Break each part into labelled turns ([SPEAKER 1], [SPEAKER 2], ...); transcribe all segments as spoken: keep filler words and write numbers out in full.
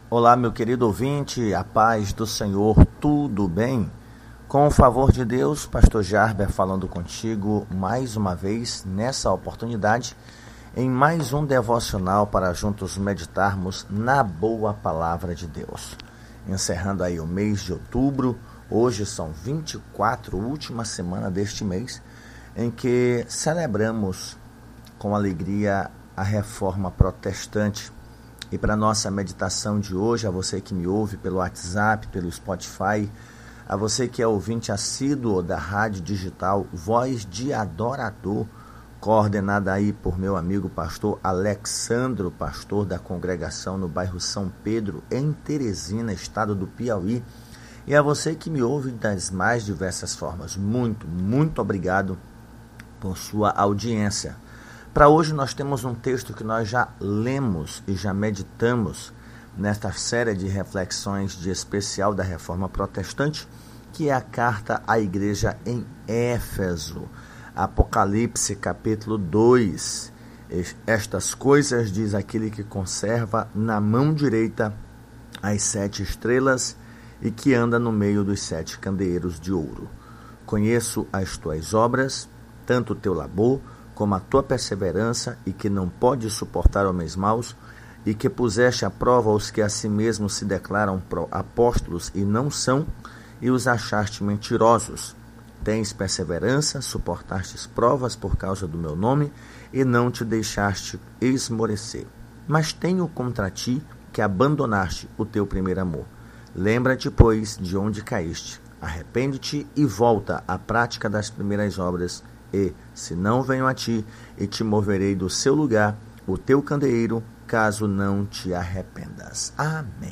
[SPEAKER 1] Olá, meu querido ouvinte, a paz do Senhor, tudo bem? Com o favor de Deus, Pastor Jarber falando contigo mais uma vez, nessa oportunidade, em mais um devocional para juntos meditarmos na boa palavra de Deus. Encerrando aí o mês de outubro, hoje são vinte e quatro, última semana deste mês, em que celebramos com alegria a reforma protestante. E para a nossa meditação de hoje, a você que me ouve pelo WhatsApp, pelo Spotify, a você que é ouvinte assíduo da rádio digital Voz de Adorador, coordenada aí por meu amigo pastor Alexandro, pastor da congregação no bairro São Pedro, em Teresina, estado do Piauí. E a você que me ouve das mais diversas formas, muito, muito obrigado por sua audiência. Para hoje nós temos um texto que nós já lemos e já meditamos nesta série de reflexões de especial da Reforma Protestante, que é a carta à igreja em Éfeso, Apocalipse capítulo dois. Estas coisas diz aquele que conserva na mão direita as sete estrelas e que anda no meio dos sete candeeiros de ouro. Conheço as tuas obras, tanto o teu labor, como a tua perseverança, e que não pode suportar homens maus, e que puseste à prova os que a si mesmos se declaram apóstolos e não são, e os achaste mentirosos. Tens perseverança, suportastes provas por causa do meu nome, e não te deixaste esmorecer. Mas tenho contra ti que abandonaste o teu primeiro amor. Lembra-te, pois, de onde caíste. Arrepende-te e volta à prática das primeiras obras, e, se não venho a ti, e te moverei do seu lugar, o teu candeeiro, caso não te arrependas. Amém.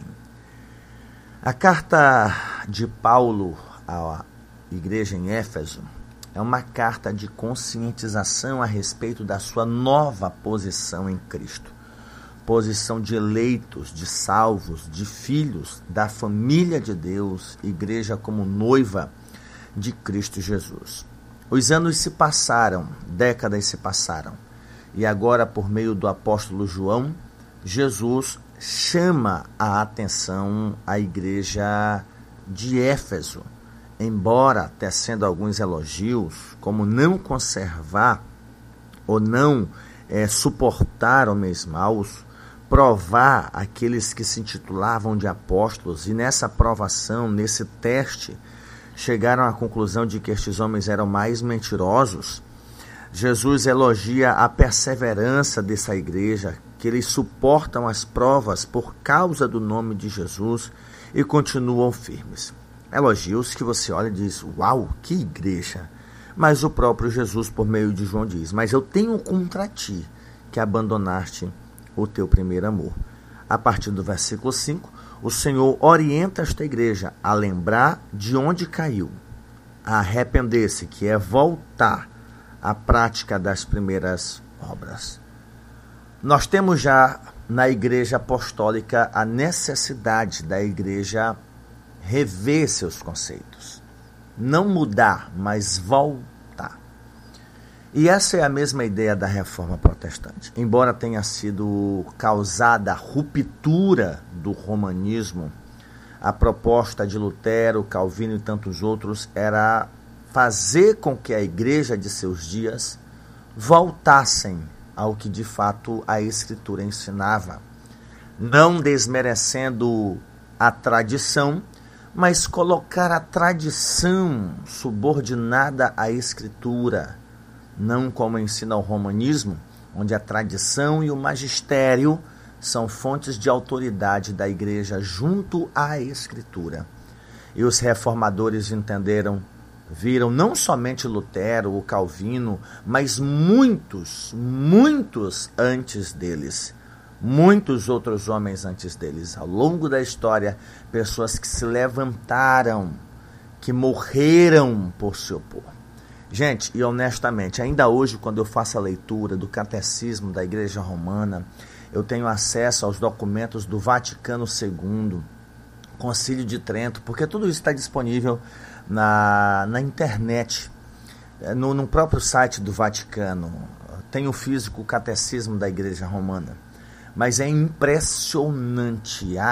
[SPEAKER 1] A carta de Paulo à igreja em Éfeso é uma carta de conscientização a respeito da sua nova posição em Cristo. Posição de eleitos, de salvos, de filhos da família de Deus, igreja como noiva de Cristo Jesus. Os anos se passaram, décadas se passaram, e agora, por meio do apóstolo João, Jesus chama a atenção à igreja de Éfeso, embora tecendo alguns elogios, como não conservar ou não é, suportar homens maus, provar aqueles que se intitulavam de apóstolos, e nessa provação, nesse teste, chegaram à conclusão de que estes homens eram mais mentirosos. Jesus elogia a perseverança dessa igreja, que eles suportam as provas por causa do nome de Jesus e continuam firmes. Elogios que você olha e diz, uau, que igreja! Mas o próprio Jesus, por meio de João, diz, mas eu tenho contra ti que abandonaste o teu primeiro amor. A partir do versículo cinco, o Senhor orienta esta igreja a lembrar de onde caiu, a arrepender-se, que é voltar à prática das primeiras obras. Nós temos já na igreja apostólica a necessidade da igreja rever seus conceitos. Não mudar, mas voltar. E essa é a mesma ideia da Reforma Protestante. Embora tenha sido causada a ruptura do romanismo, a proposta de Lutero, Calvino e tantos outros era fazer com que a igreja de seus dias voltassem ao que de fato a Escritura ensinava, não desmerecendo a tradição, mas colocar a tradição subordinada à Escritura, não como ensina o romanismo, onde a tradição e o magistério são fontes de autoridade da igreja junto à Escritura. E os reformadores entenderam, viram não somente Lutero ou Calvino, mas muitos, muitos antes deles, muitos outros homens antes deles. Ao longo da história, pessoas que se levantaram, que morreram por se opor. Gente, e honestamente, ainda hoje, quando eu faço a leitura do Catecismo da Igreja Romana, eu tenho acesso aos documentos do Vaticano segundo, Concílio de Trento, porque tudo isso está disponível na, na internet, no, no próprio site do Vaticano. Tem o físico Catecismo da Igreja Romana. Mas é impressionante a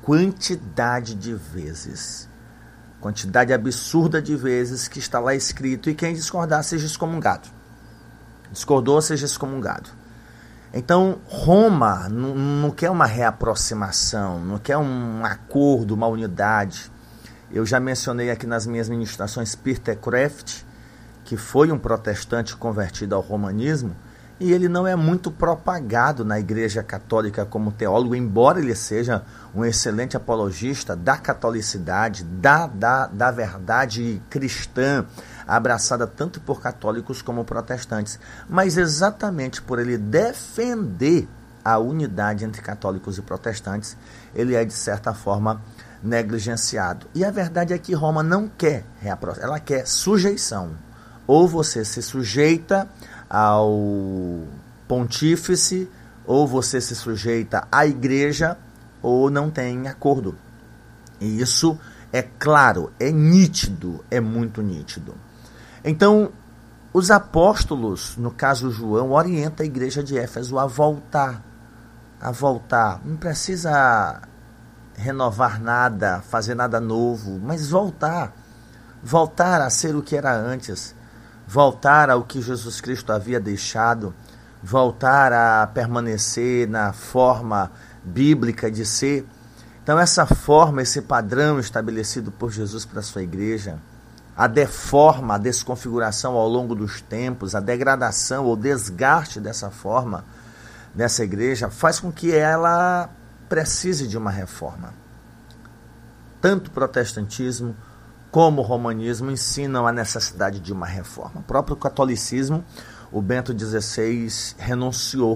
[SPEAKER 1] quantidade de vezes, quantidade absurda de vezes que está lá escrito, e quem discordar seja excomungado. Discordou, seja excomungado. Então, Roma não, não quer uma reaproximação, não quer um acordo, uma unidade. Eu já mencionei aqui nas minhas ministrações Peter Kreeft, que foi um protestante convertido ao romanismo, e ele não é muito propagado na Igreja Católica como teólogo, embora ele seja um excelente apologista da catolicidade, da, da, da verdade cristã, abraçada tanto por católicos como protestantes. Mas exatamente por ele defender a unidade entre católicos e protestantes, ele é, de certa forma, negligenciado. E a verdade é que Roma não quer reaproximação, ela quer sujeição. Ou você se sujeita ao pontífice, ou você se sujeita à igreja, ou não tem acordo. E isso é claro, é nítido, é muito nítido. Então, os apóstolos, no caso João, orientam a igreja de Éfeso a voltar, a voltar. Não precisa renovar nada, fazer nada novo, mas voltar, voltar a ser o que era antes, voltar ao que Jesus Cristo havia deixado, voltar a permanecer na forma bíblica de ser. Então, essa forma, esse padrão estabelecido por Jesus para a sua igreja, a deforma, a desconfiguração ao longo dos tempos, a degradação ou desgaste dessa forma, dessa igreja, faz com que ela precise de uma reforma. Tanto o protestantismo como o romanismo ensinam a necessidade de uma reforma. O próprio catolicismo, o Bento dezesseis renunciou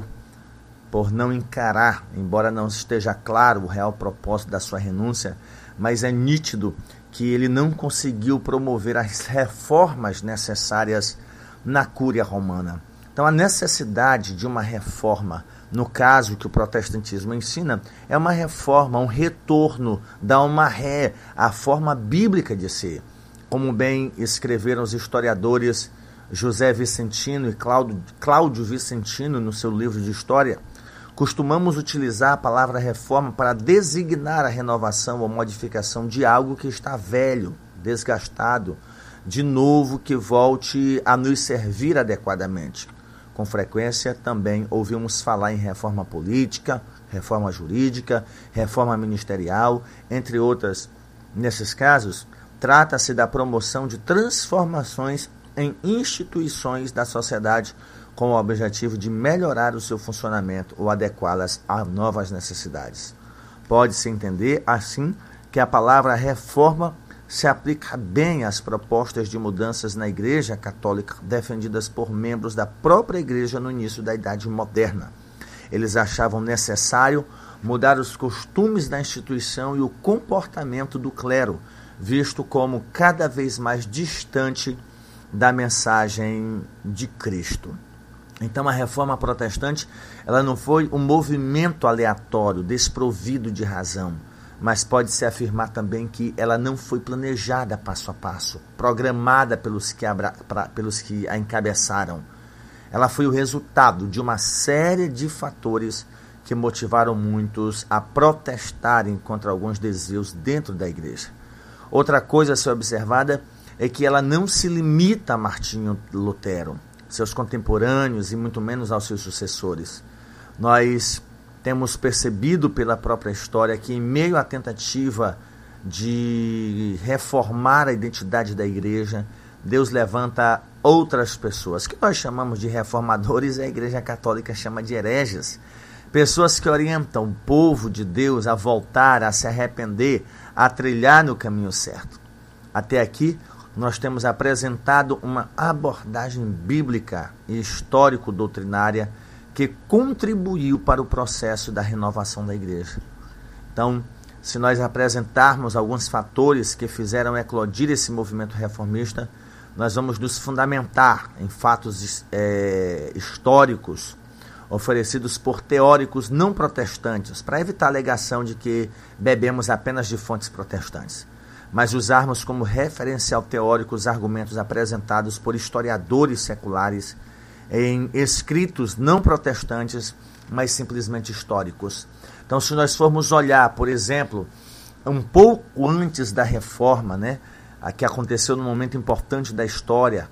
[SPEAKER 1] por não encarar, embora não esteja claro o real propósito da sua renúncia, mas é nítido que ele não conseguiu promover as reformas necessárias na cúria romana. Então, a necessidade de uma reforma, no caso que o protestantismo ensina, é uma reforma, um retorno, dar uma ré à forma bíblica de ser. Como bem escreveram os historiadores José Vicentino e Cláudio, Cláudio Vicentino no seu livro de história, costumamos utilizar a palavra reforma para designar a renovação ou modificação de algo que está velho, desgastado, de novo que volte a nos servir adequadamente. Com frequência também ouvimos falar em reforma política, reforma jurídica, reforma ministerial, entre outras. Nesses casos, trata-se da promoção de transformações em instituições da sociedade com o objetivo de melhorar o seu funcionamento ou adequá-las a novas necessidades. Pode-se entender, assim, que a palavra reforma se aplica bem às propostas de mudanças na Igreja Católica defendidas por membros da própria Igreja no início da Idade Moderna. Eles achavam necessário mudar os costumes da instituição e o comportamento do clero, visto como cada vez mais distante da mensagem de Cristo. Então, a reforma protestante, ela não foi um movimento aleatório, desprovido de razão, mas pode-se afirmar também que ela não foi planejada passo a passo, programada pelos que, abra, pra, pelos que a encabeçaram. Ela foi o resultado de uma série de fatores que motivaram muitos a protestarem contra alguns desvios dentro da igreja. Outra coisa a ser observada é que ela não se limita a Martinho Lutero, seus contemporâneos e muito menos aos seus sucessores. Nós temos percebido pela própria história que, em meio à tentativa de reformar a identidade da igreja, Deus levanta outras pessoas, que nós chamamos de reformadores e a Igreja Católica chama de hereges. Pessoas que orientam o povo de Deus a voltar, a se arrepender, a trilhar no caminho certo. Até aqui, nós temos apresentado uma abordagem bíblica e histórico-doutrinária que contribuiu para o processo da renovação da igreja. Então, se nós apresentarmos alguns fatores que fizeram eclodir esse movimento reformista, nós vamos nos fundamentar em fatos é, históricos oferecidos por teóricos não protestantes, para evitar a alegação de que bebemos apenas de fontes protestantes, mas usarmos como referencial teórico os argumentos apresentados por historiadores seculares em escritos não protestantes, mas simplesmente históricos. Então, se nós formos olhar, por exemplo, um pouco antes da reforma, né, a que aconteceu num momento importante da história,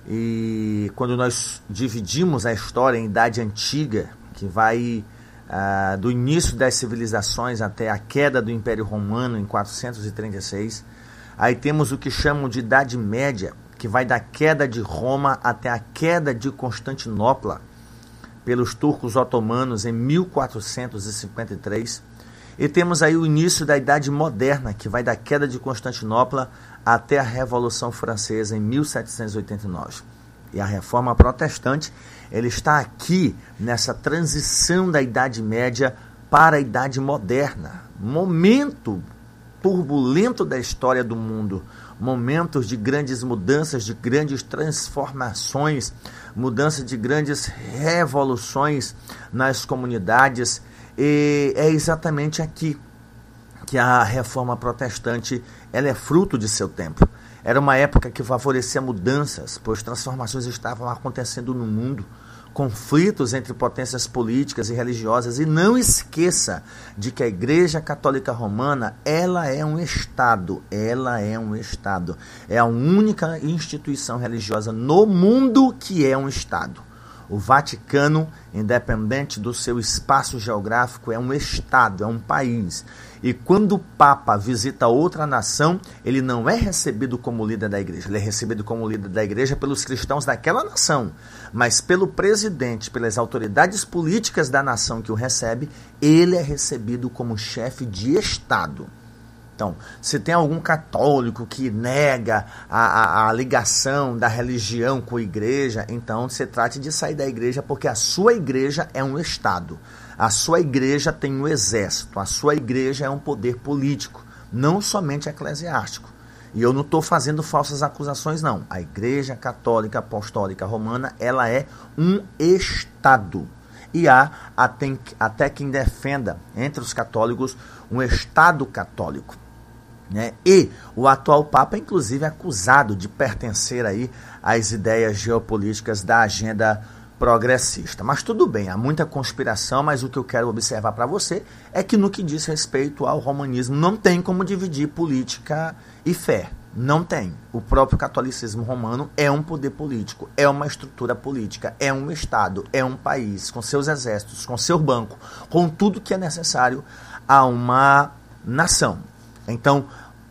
[SPEAKER 1] e quando nós dividimos a história em Idade Antiga, que vai ah, do início das civilizações até a queda do Império Romano em quatrocentos e trinta e seis, aí temos o que chamam de Idade Média, que vai da queda de Roma até a queda de Constantinopla pelos turcos otomanos em mil quatrocentos e cinquenta e três. E temos aí o início da Idade Moderna, que vai da queda de Constantinopla até a Revolução Francesa em mil setecentos e oitenta e nove. E a Reforma Protestante, ele está aqui nessa transição da Idade Média para a Idade Moderna. Momento turbulento da história do mundo, momentos de grandes mudanças, de grandes transformações, mudança de grandes revoluções nas comunidades. E é exatamente aqui que a Reforma Protestante ela é fruto de seu tempo. Era uma época que favorecia mudanças, pois transformações estavam acontecendo no mundo, conflitos entre potências políticas e religiosas. E não esqueça de que a Igreja Católica Romana, ela é um Estado, ela é um Estado. É a única instituição religiosa no mundo que é um Estado. O Vaticano, independente do seu espaço geográfico, é um Estado, é um país. E quando o Papa visita outra nação, ele não é recebido como líder da igreja, ele é recebido como líder da igreja pelos cristãos daquela nação, mas pelo presidente, pelas autoridades políticas da nação que o recebe, ele é recebido como chefe de Estado. Então, se tem algum católico que nega a, a, a ligação da religião com a igreja, então se trate de sair da igreja, porque a sua igreja é um Estado. A sua igreja tem um exército, a sua igreja é um poder político, não somente eclesiástico. E eu não estou fazendo falsas acusações, não. A Igreja Católica Apostólica Romana, ela é um Estado. E há até, até quem defenda, entre os católicos, um Estado católico. Né? E o atual Papa, inclusive, é acusado de pertencer aí às ideias geopolíticas da agenda progressista. Mas tudo bem, há muita conspiração, mas o que eu quero observar para você é que no que diz respeito ao romanismo não tem como dividir política e fé. Não tem. O próprio catolicismo romano é um poder político, é uma estrutura política, é um Estado, é um país, com seus exércitos, com seu banco, com tudo que é necessário a uma nação. Então,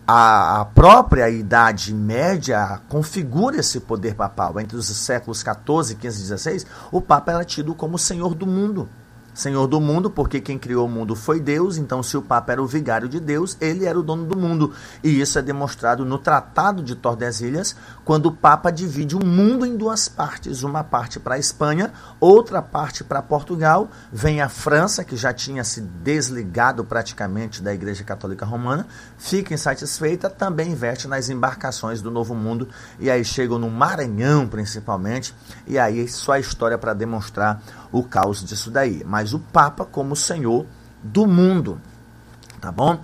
[SPEAKER 1] a própria Idade Média configura esse poder papal. Entre os séculos quatorze, quinze e dezesseis, o Papa era tido como Senhor do mundo. Senhor do mundo, porque quem criou o mundo foi Deus, então se o Papa era o vigário de Deus, ele era o dono do mundo. E isso é demonstrado no Tratado de Tordesilhas, quando o Papa divide o mundo em duas partes, uma parte para a Espanha, outra parte para Portugal, vem a França, que já tinha se desligado praticamente da Igreja Católica Romana, fica insatisfeita, também investe nas embarcações do Novo Mundo, e aí chegam no Maranhão, principalmente, e aí só a história para demonstrar o caos disso daí. Mas o Papa como Senhor do mundo, tá bom?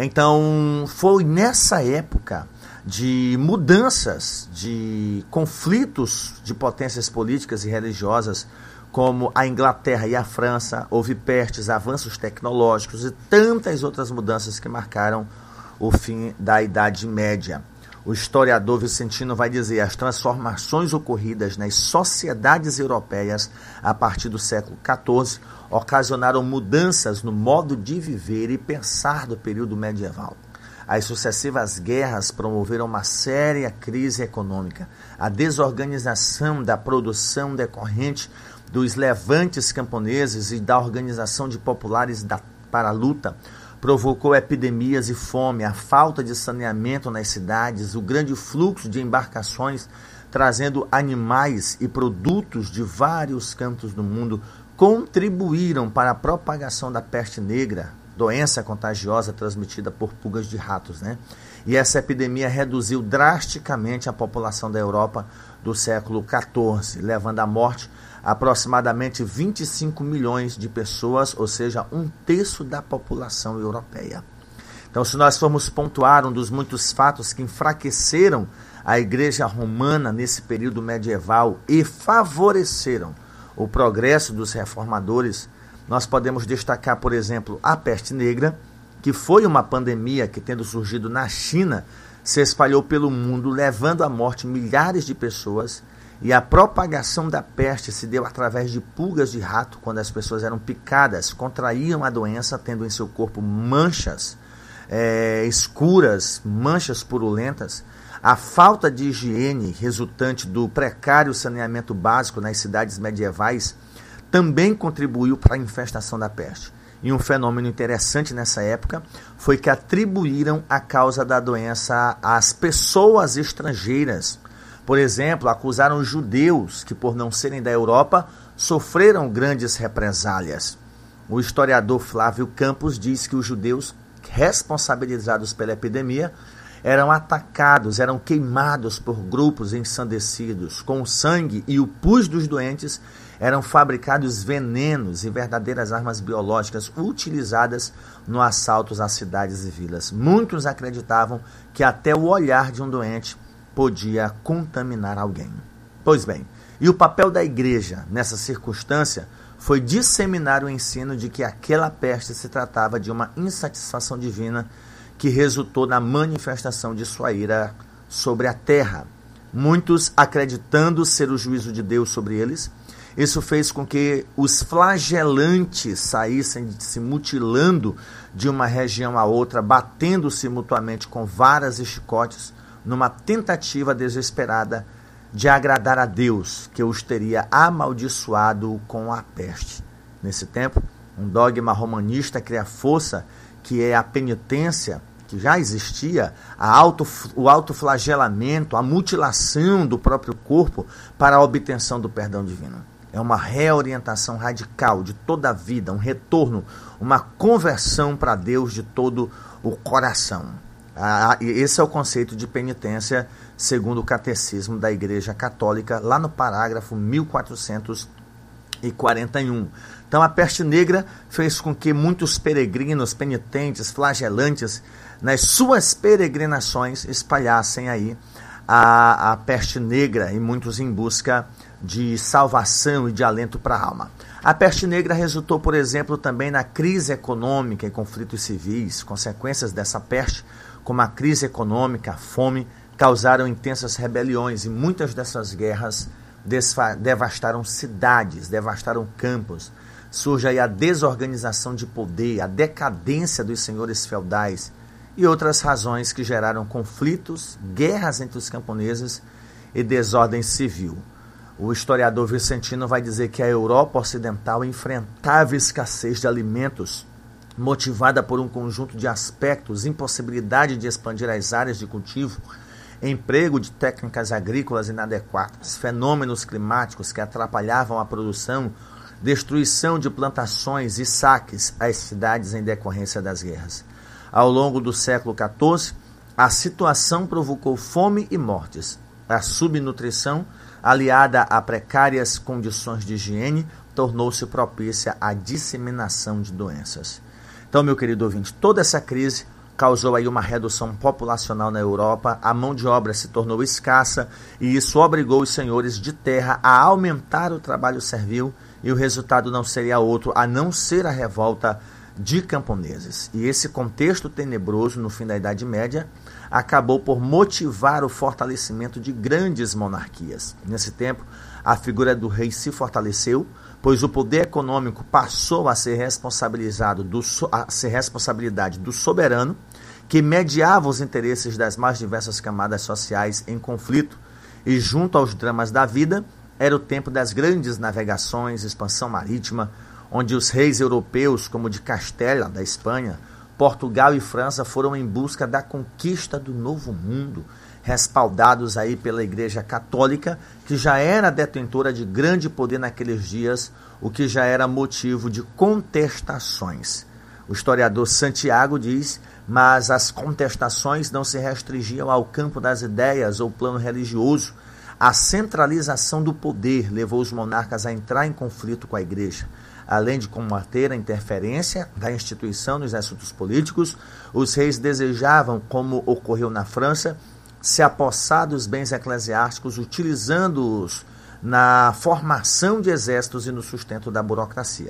[SPEAKER 1] Então, foi nessa época de mudanças, de conflitos de potências políticas e religiosas, como a Inglaterra e a França, houve pestes, avanços tecnológicos e tantas outras mudanças que marcaram o fim da Idade Média. O historiador Vicentino vai dizer: as transformações ocorridas nas sociedades europeias a partir do século quatorze ocasionaram mudanças no modo de viver e pensar do período medieval. As sucessivas guerras promoveram uma séria crise econômica. A desorganização da produção decorrente dos levantes camponeses e da organização de populares da, para a luta provocou epidemias e fome, a falta de saneamento nas cidades, o grande fluxo de embarcações trazendo animais e produtos de vários cantos do mundo contribuíram para a propagação da peste negra, doença contagiosa transmitida por pulgas de ratos, né? E essa epidemia reduziu drasticamente a população da Europa do século quatorze, levando à morte aproximadamente vinte e cinco milhões de pessoas, ou seja, um terço da população europeia. Então, se nós formos pontuar um dos muitos fatos que enfraqueceram a Igreja Romana nesse período medieval e favoreceram o progresso dos reformadores, nós podemos destacar, por exemplo, a peste negra, que foi uma pandemia que, tendo surgido na China, se espalhou pelo mundo, levando à morte milhares de pessoas, e a propagação da peste se deu através de pulgas de rato, quando as pessoas eram picadas, contraíam a doença, tendo em seu corpo manchas é, escuras, manchas purulentas. A falta de higiene resultante do precário saneamento básico nas cidades medievais também contribuiu para a infestação da peste. E um fenômeno interessante nessa época foi que atribuíram a causa da doença às pessoas estrangeiras. Por exemplo, acusaram os judeus que, por não serem da Europa, sofreram grandes represálias. O historiador Flávio Campos diz que os judeus responsabilizados pela epidemia eram atacados, eram queimados por grupos ensandecidos. Com o sangue e o pus dos doentes eram fabricados venenos e verdadeiras armas biológicas utilizadas no assaltos às cidades e vilas. Muitos acreditavam que até o olhar de um doente podia contaminar alguém. Pois bem, e o papel da igreja nessa circunstância foi disseminar o ensino de que aquela peste se tratava de uma insatisfação divina que resultou na manifestação de sua ira sobre a terra. Muitos acreditando ser o juízo de Deus sobre eles. Isso fez com que os flagelantes saíssem se mutilando de uma região a outra, batendo-se mutuamente com varas e chicotes, numa tentativa desesperada de agradar a Deus, que os teria amaldiçoado com a peste. Nesse tempo, um dogma romanista cria força, que é a penitência, que já existia, a auto, o autoflagelamento, a mutilação do próprio corpo para a obtenção do perdão divino. É uma reorientação radical de toda a vida, um retorno, uma conversão para Deus de todo o coração. Ah, esse é o conceito de penitência segundo o Catecismo da Igreja Católica, lá no parágrafo mil quatrocentos e quarenta e um. Então a peste negra fez com que muitos peregrinos, penitentes, flagelantes, nas suas peregrinações espalhassem aí a, a peste negra, e muitos em busca de salvação e de alento para a alma. A peste negra resultou, por exemplo, também na crise econômica e conflitos civis. Consequências dessa peste, como a crise econômica, a fome, causaram intensas rebeliões, e muitas dessas guerras devastaram cidades, devastaram campos. Surge aí a desorganização de poder, a decadência dos senhores feudais e outras razões que geraram conflitos, guerras entre os camponeses e desordem civil. O historiador Vicentino vai dizer que a Europa Ocidental enfrentava escassez de alimentos, motivada por um conjunto de aspectos: impossibilidade de expandir as áreas de cultivo, emprego de técnicas agrícolas inadequadas, fenômenos climáticos que atrapalhavam a produção, destruição de plantações e saques às cidades em decorrência das guerras. Ao longo do século quatorze, a situação provocou fome e mortes. A subnutrição, aliada a precárias condições de higiene, tornou-se propícia à disseminação de doenças. Então, meu querido ouvinte, toda essa crise causou aí uma redução populacional na Europa, a mão de obra se tornou escassa, e isso obrigou os senhores de terra a aumentar o trabalho servil, e o resultado não seria outro a não ser a revolta de camponeses. E esse contexto tenebroso no fim da Idade Média acabou por motivar o fortalecimento de grandes monarquias. Nesse tempo, a figura do rei se fortaleceu, pois o poder econômico passou a ser responsabilizado do, a ser responsabilidade do soberano, que mediava os interesses das mais diversas camadas sociais em conflito, e junto aos dramas da vida, era o tempo das grandes navegações, expansão marítima, onde os reis europeus, como de Castela, da Espanha, Portugal e França, foram em busca da conquista do novo mundo, respaldados aí pela Igreja Católica, que já era detentora de grande poder naqueles dias, o que já era motivo de contestações. O historiador Santiago diz: mas as contestações não se restringiam ao campo das ideias ou plano religioso. A centralização do poder levou os monarcas a entrar em conflito com a Igreja. Além de combater a interferência da instituição nos assuntos políticos, os reis desejavam, como ocorreu na França, se apossar dos bens eclesiásticos, utilizando-os na formação de exércitos e no sustento da burocracia.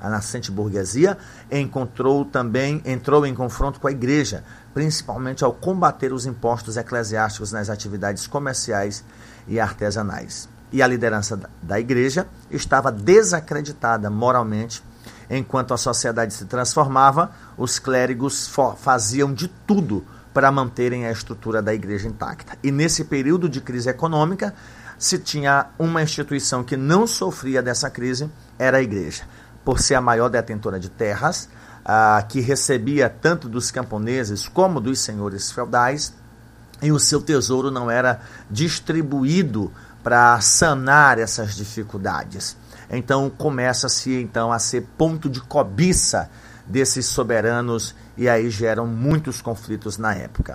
[SPEAKER 1] a nascente burguesia, encontrou também, entrou em confronto com a igreja, principalmente ao combater os impostos eclesiásticos nas atividades comerciais e artesanais. E a liderança da igreja estava desacreditada moralmente. Enquanto a sociedade se transformava, os clérigos faziam de tudo para manterem a estrutura da igreja intacta. E nesse período de crise econômica, se tinha uma instituição que não sofria dessa crise, era a igreja. Por ser a maior detentora de terras, ah, que recebia tanto dos camponeses como dos senhores feudais, e o seu tesouro não era distribuído para sanar essas dificuldades. Então começa-se então a ser ponto de cobiça desses soberanos, e aí geram muitos conflitos na época.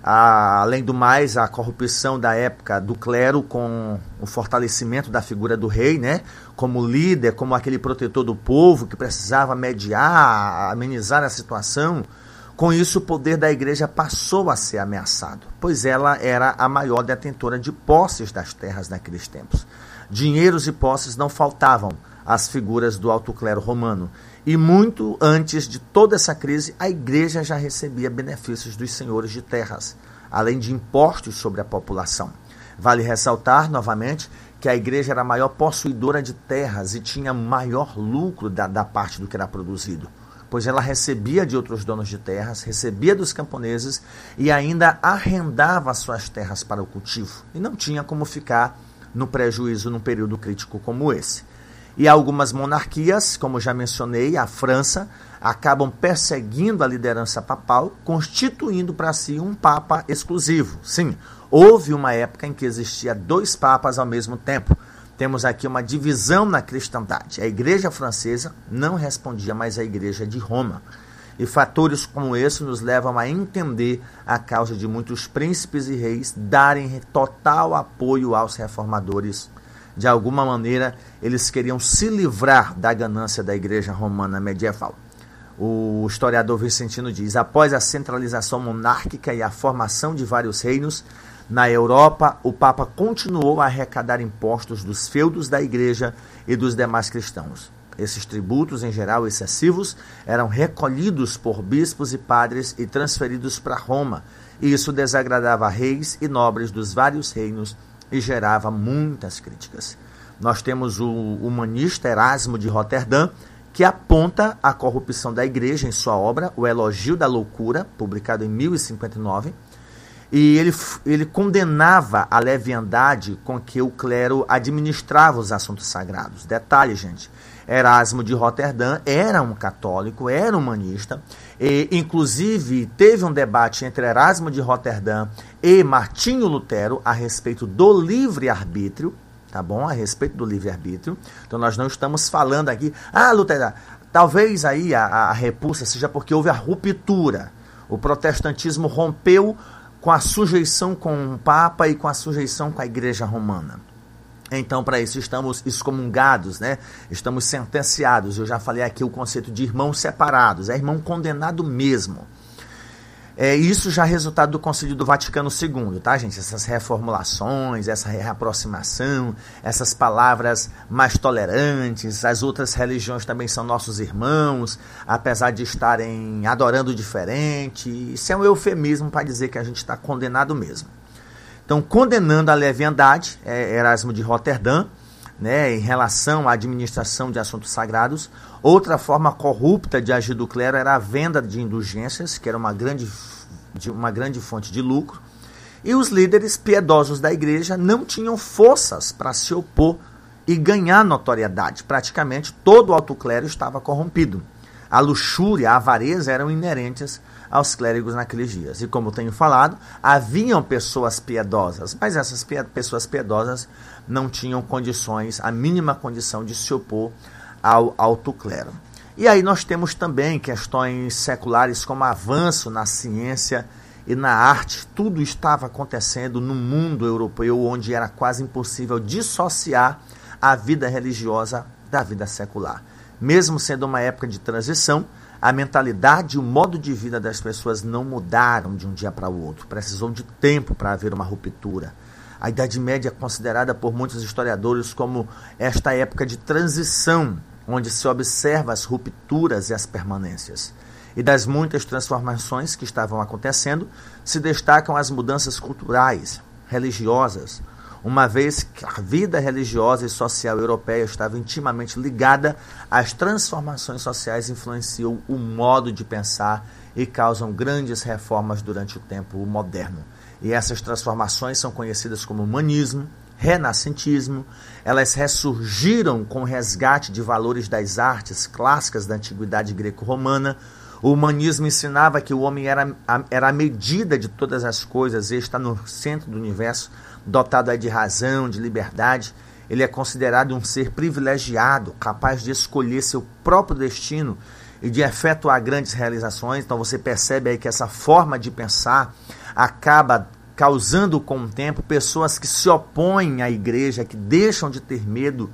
[SPEAKER 1] Ah, além do mais, a corrupção da época do clero com o fortalecimento da figura do rei, né, como líder, como aquele protetor do povo que precisava mediar, amenizar a situação. Com isso, o poder da igreja passou a ser ameaçado, pois ela era a maior detentora de posses das terras naqueles tempos. Dinheiros e posses não faltavam às figuras do alto clero romano. E muito antes de toda essa crise, a igreja já recebia benefícios dos senhores de terras, além de impostos sobre a população. Vale ressaltar, novamente, que a igreja era a maior possuidora de terras e tinha maior lucro da, da parte do que era produzido, pois ela recebia de outros donos de terras, recebia dos camponeses e ainda arrendava suas terras para o cultivo. E não tinha como ficar no prejuízo num período crítico como esse. E algumas monarquias, como já mencionei, a França, acabam perseguindo a liderança papal, constituindo para si um papa exclusivo. Sim, houve uma época em que existia dois papas ao mesmo tempo. Temos aqui uma divisão na cristandade. A igreja francesa não respondia mais à igreja de Roma. E fatores como esse nos levam a entender a causa de muitos príncipes e reis darem total apoio aos reformadores. De alguma maneira, eles queriam se livrar da ganância da igreja romana medieval. O historiador Vicentino diz: após a centralização monárquica e a formação de vários reinos, na Europa, o Papa continuou a arrecadar impostos dos feudos da igreja e dos demais cristãos. Esses tributos, em geral excessivos, eram recolhidos por bispos e padres e transferidos para Roma. E isso desagradava reis e nobres dos vários reinos e gerava muitas críticas. Nós temos o humanista Erasmo de Roterdã, que aponta a corrupção da igreja em sua obra, O Elogio da Loucura, publicado em mil e cinquenta e nove, e ele, ele condenava a leviandade com que o clero administrava os assuntos sagrados. Detalhe, gente, Erasmo de Roterdã era um católico, era humanista, e inclusive teve um debate entre Erasmo de Roterdã e Martinho Lutero a respeito do livre-arbítrio, tá bom? A respeito do livre-arbítrio. Então nós não estamos falando aqui, ah, Lutero, talvez aí a, a repulsa seja porque houve a ruptura. O protestantismo rompeu com a sujeição com o Papa e com a sujeição com a Igreja Romana. Então, para isso, estamos excomungados, né? Estamos sentenciados. Eu já falei aqui o conceito de irmãos separados. É irmão condenado mesmo. É, isso já é resultado do Concílio do Vaticano segundo, tá, gente? Essas reformulações, essa reaproximação, essas palavras mais tolerantes. As outras religiões também são nossos irmãos, apesar de estarem adorando diferente. Isso é um eufemismo para dizer que a gente está condenado mesmo. Então, condenando a leviandade, é, Erasmo de Roterdã, né, em relação à administração de assuntos sagrados. Outra forma corrupta de agir do clero era a venda de indulgências, que era uma grande, de uma grande fonte de lucro. E os líderes piedosos da igreja não tinham forças para se opor e ganhar notoriedade. Praticamente todo o alto clero estava corrompido. A luxúria, a avareza eram inerentes aos clérigos naqueles dias. E como tenho falado, haviam pessoas piedosas, mas essas pessoas piedosas não tinham condições, a mínima condição de se opor ao alto clero. E aí nós temos também questões seculares como avanço na ciência e na arte. Tudo estava acontecendo no mundo europeu, onde era quase impossível dissociar a vida religiosa da vida secular. Mesmo sendo uma época de transição, a mentalidade e o modo de vida das pessoas não mudaram de um dia para o outro. Precisou de tempo para haver uma ruptura. A Idade Média é considerada por muitos historiadores como esta época de transição onde se observa as rupturas e as permanências. E das muitas transformações que estavam acontecendo, se destacam as mudanças culturais, religiosas, uma vez que a vida religiosa e social europeia estava intimamente ligada às transformações sociais que influenciam o modo de pensar e causam grandes reformas durante o tempo moderno. E essas transformações são conhecidas como humanismo, renascentismo. Elas ressurgiram com o resgate de valores das artes clássicas da antiguidade greco-romana. O humanismo ensinava que o homem era a, era a medida de todas as coisas e está no centro do universo, dotado de razão, de liberdade. Ele é considerado um ser privilegiado, capaz de escolher seu próprio destino e de efetuar grandes realizações. Então você percebe aí que essa forma de pensar acaba causando com o tempo pessoas que se opõem à igreja, que deixam de ter medo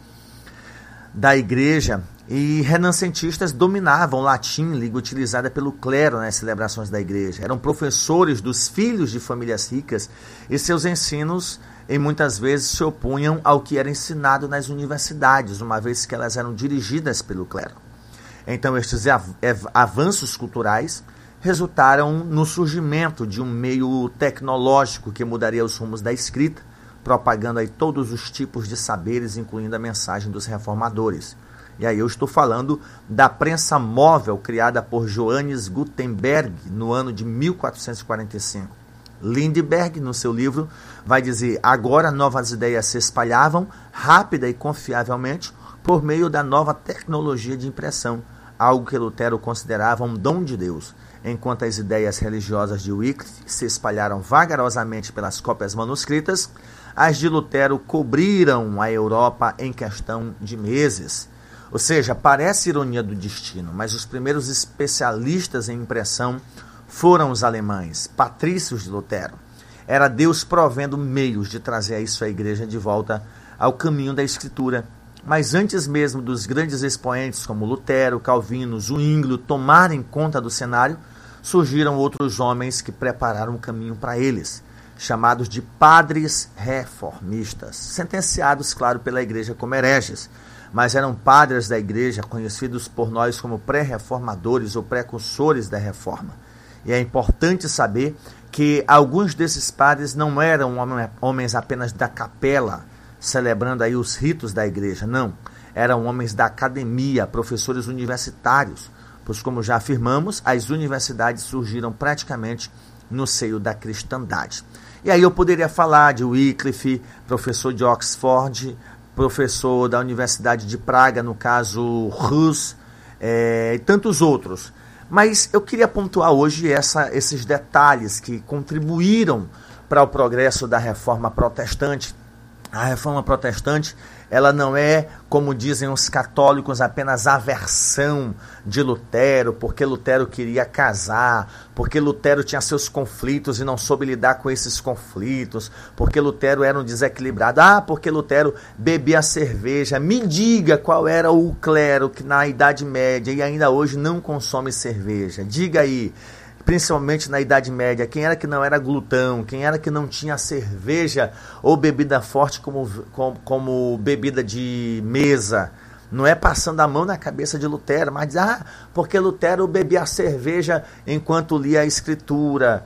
[SPEAKER 1] da igreja. E renascentistas dominavam o latim, língua utilizada pelo clero nas celebrações da igreja. Eram professores dos filhos de famílias ricas e seus ensinos, e muitas vezes, se opunham ao que era ensinado nas universidades, uma vez que elas eram dirigidas pelo clero. Então, estes avanços culturais resultaram no surgimento de um meio tecnológico que mudaria os rumos da escrita, propagando aí todos os tipos de saberes, incluindo a mensagem dos reformadores. E aí eu estou falando da prensa móvel criada por Johannes Gutenberg no ano de mil quatrocentos e quarenta e cinco. Lindbergh, no seu livro, vai dizer: agora novas ideias se espalhavam rápida e confiavelmente por meio da nova tecnologia de impressão, algo que Lutero considerava um dom de Deus, enquanto as ideias religiosas de Wycliffe se espalharam vagarosamente pelas cópias manuscritas. As de Lutero cobriram a Europa em questão de meses. Ou seja, parece ironia do destino, mas os primeiros especialistas em impressão foram os alemães, patrícios de Lutero. Era Deus provendo meios de trazer isso à igreja de volta ao caminho da escritura. Mas antes mesmo dos grandes expoentes como Lutero, Calvino, Zwinglio tomarem conta do cenário, surgiram outros homens que prepararam o caminho para eles, chamados de padres reformistas, sentenciados, claro, pela igreja como hereges, mas eram padres da igreja, conhecidos por nós como pré-reformadores ou precursores da reforma. E é importante saber que alguns desses padres não eram homens apenas da capela, celebrando aí os ritos da igreja, não. Eram homens da academia, professores universitários, pois, como já afirmamos, as universidades surgiram praticamente no seio da cristandade. E aí eu poderia falar de Wycliffe, professor de Oxford, professor da Universidade de Praga, no caso Hus, é, e tantos outros. Mas eu queria pontuar hoje essa, esses detalhes que contribuíram para o progresso da reforma protestante. A reforma protestante, ela não é, como dizem os católicos, apenas a versão de Lutero, porque Lutero queria casar, porque Lutero tinha seus conflitos e não soube lidar com esses conflitos, porque Lutero era um desequilibrado, ah, porque Lutero bebia cerveja. Me diga qual era o clero que na Idade Média e ainda hoje não consome cerveja. Diga aí. Principalmente na Idade Média, quem era que não era glutão, quem era que não tinha cerveja ou bebida forte como, como, como bebida de mesa. Não é passando a mão na cabeça de Lutero, mas diz, ah, porque Lutero bebia cerveja enquanto lia a Escritura.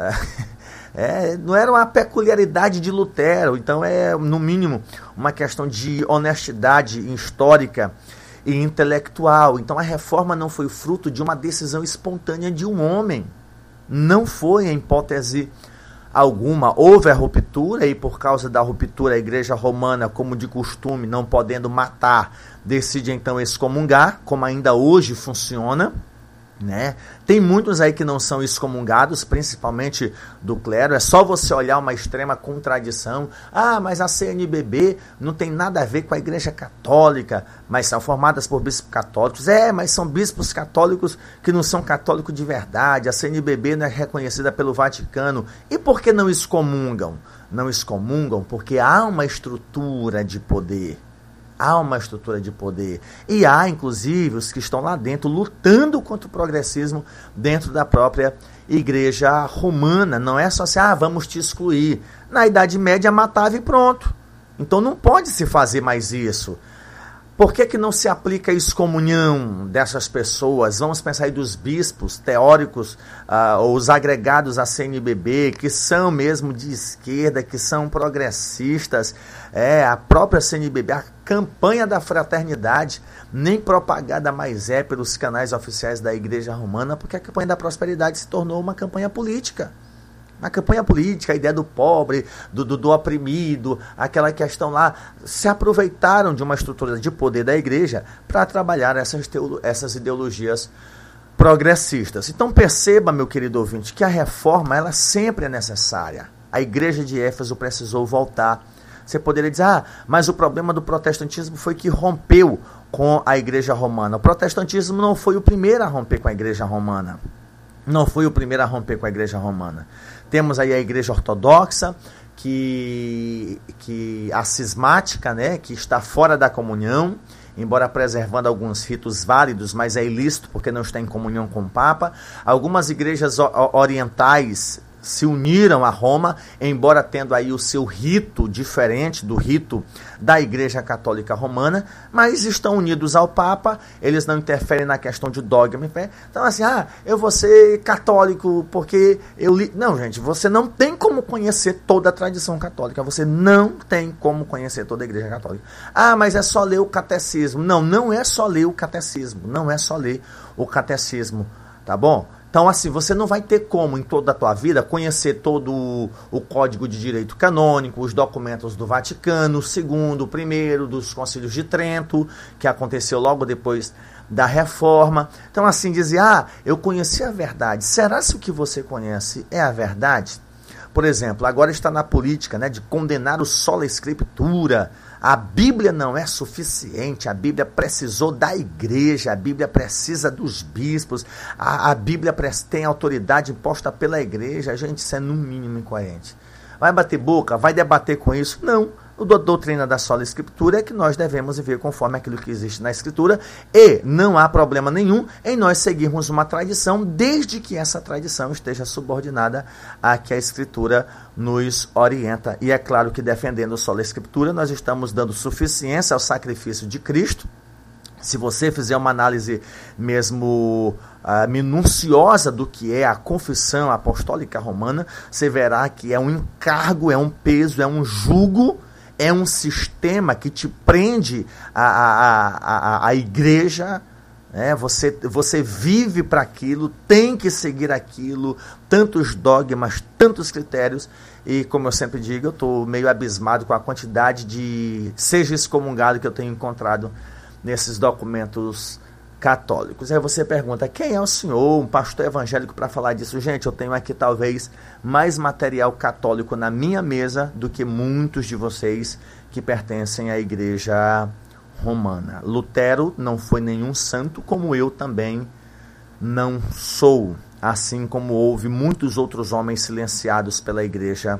[SPEAKER 1] É, não era uma peculiaridade de Lutero, então é, no mínimo, uma questão de honestidade histórica e intelectual. Então a reforma não foi fruto de uma decisão espontânea de um homem. Não foi, em hipótese alguma. Houve a ruptura e por causa da ruptura a igreja romana, como de costume, não podendo matar, decide então excomungar, como ainda hoje funciona. Né? Tem muitos aí que não são excomungados, principalmente do clero. É só você olhar uma extrema contradição. Ah, mas a C N B B não tem nada a ver com a igreja católica, mas são formadas por bispos católicos. É, mas são bispos católicos que não são católicos de verdade. A C N B B não é reconhecida pelo Vaticano. E por que não excomungam? Não excomungam porque há uma estrutura de poder. Há uma estrutura de poder. E há, inclusive, os que estão lá dentro lutando contra o progressismo dentro da própria igreja romana. Não é só assim, ah, vamos te excluir. Na Idade Média matava e pronto. Então não pode se fazer mais isso. Por que que não se aplica a excomunhão dessas pessoas? Vamos pensar aí dos bispos teóricos, uh, ou os agregados à C N B B, que são mesmo de esquerda, que são progressistas. É, a própria C N B B, a campanha da fraternidade, nem propagada mais é pelos canais oficiais da Igreja Romana, porque a campanha da prosperidade se tornou uma campanha política. A campanha política, a ideia do pobre, do, do, do oprimido, aquela questão lá, se aproveitaram de uma estrutura de poder da igreja para trabalhar essas, teolo, essas ideologias progressistas. Então perceba, meu querido ouvinte, que a reforma ela sempre é necessária. A igreja de Éfeso precisou voltar. Você poderia dizer, ah, mas o problema do protestantismo foi que rompeu com a igreja romana. O protestantismo não foi o primeiro a romper com a igreja romana. Não foi o primeiro a romper com a igreja romana. Temos aí a igreja ortodoxa, que, que a cismática, né, que está fora da comunhão, embora preservando alguns ritos válidos, mas é ilícito porque não está em comunhão com o Papa. Algumas igrejas orientais se uniram a Roma, embora tendo aí o seu rito diferente do rito da Igreja Católica Romana, mas estão unidos ao Papa, eles não interferem na questão de dogma. Então assim, ah, eu vou ser católico porque eu li... Não, gente, você não tem como conhecer toda a tradição católica, você não tem como conhecer toda a Igreja Católica. Ah, mas é só ler o catecismo. Não, não é só ler o catecismo, não é só ler o catecismo, tá bom? Então, assim, você não vai ter como, em toda a tua vida, conhecer todo o, o Código de Direito Canônico, os documentos do Vaticano, o segundo, o primeiro, dos Concílios de Trento, que aconteceu logo depois da Reforma. Então, assim, dizer, ah, eu conheci a verdade. Será se o que você conhece é a verdade? Por exemplo, agora está na política, né, de condenar o sola escritura. A Bíblia não é suficiente, a Bíblia precisou da igreja, a Bíblia precisa dos bispos, a, a Bíblia tem autoridade imposta pela igreja. Gente, isso é no mínimo incoerente. Vai bater boca? Vai debater com isso? Não. O da doutrina da sola escritura é que nós devemos viver conforme aquilo que existe na escritura, e não há problema nenhum em nós seguirmos uma tradição, desde que essa tradição esteja subordinada a que a escritura nos orienta. E é claro que defendendo a sola escritura, nós estamos dando suficiência ao sacrifício de Cristo. Se você fizer uma análise mesmo uh, minuciosa do que é a confissão apostólica romana, você verá que é um encargo, é um peso, é um jugo, é um sistema que te prende à, à, à, à igreja, né? Você, você vive para aquilo, tem que seguir aquilo, tantos dogmas, tantos critérios, e como eu sempre digo, eu estou meio abismado com a quantidade de seja excomungado que eu tenho encontrado nesses documentos católicos. Aí você pergunta, quem é o senhor, um pastor evangélico, para falar disso? Gente, eu tenho aqui talvez mais material católico na minha mesa do que muitos de vocês que pertencem à igreja romana. Lutero não foi nenhum santo, como eu também não sou, assim como houve muitos outros homens silenciados pela igreja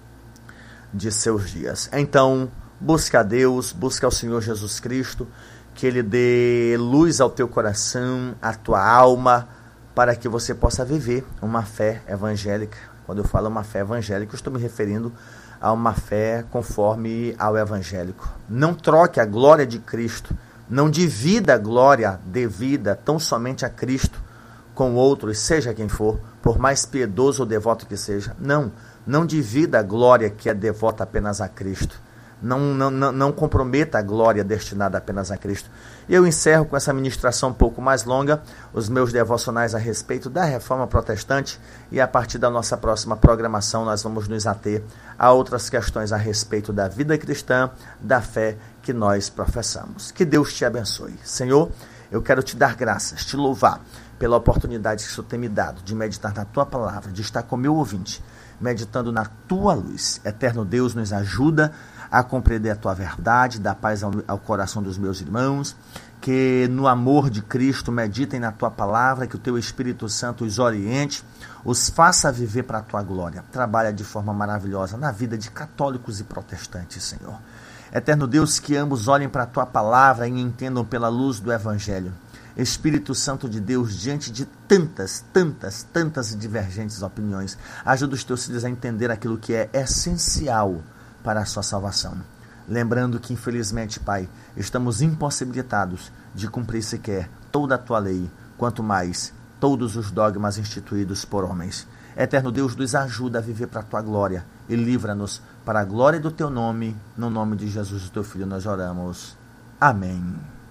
[SPEAKER 1] de seus dias. Então, busca a Deus, busca ao Senhor Jesus Cristo, que Ele dê luz ao teu coração, à tua alma, para que você possa viver uma fé evangélica. Quando eu falo uma fé evangélica, eu estou me referindo a uma fé conforme ao evangélico. Não troque a glória de Cristo, não divida a glória devida tão somente a Cristo com outros, seja quem for, por mais piedoso ou devoto que seja. Não, não divida a glória que é devota apenas a Cristo. Não, não, não, não comprometa a glória destinada apenas a Cristo. E eu encerro com essa ministração um pouco mais longa, os meus devocionais a respeito da Reforma Protestante, e a partir da nossa próxima programação nós vamos nos ater a outras questões a respeito da vida cristã, da fé que nós professamos. Que Deus te abençoe. Senhor, eu quero te dar graças, te louvar pela oportunidade que o Senhor tem me dado de meditar na tua palavra, de estar com meu ouvinte, meditando na tua luz. Eterno Deus, nos ajuda a compreender a tua verdade, dá paz ao, ao coração dos meus irmãos, que no amor de Cristo meditem na tua palavra, que o teu Espírito Santo os oriente, os faça viver para a tua glória. Trabalha de forma maravilhosa na vida de católicos e protestantes, Senhor. Eterno Deus, que ambos olhem para a tua palavra e entendam pela luz do Evangelho. Espírito Santo de Deus, diante de tantas, tantas, tantas e divergentes opiniões, ajuda os teus filhos a entender aquilo que é essencial para a sua salvação. lembrando que, infelizmente, Pai, estamos impossibilitados de cumprir sequer toda a Tua lei, quanto mais todos os dogmas instituídos por homens. Eterno Deus, nos ajuda a viver para a Tua glória e livra-nos para a glória do Teu nome. No nome de Jesus, o Teu Filho, nós oramos. Amém.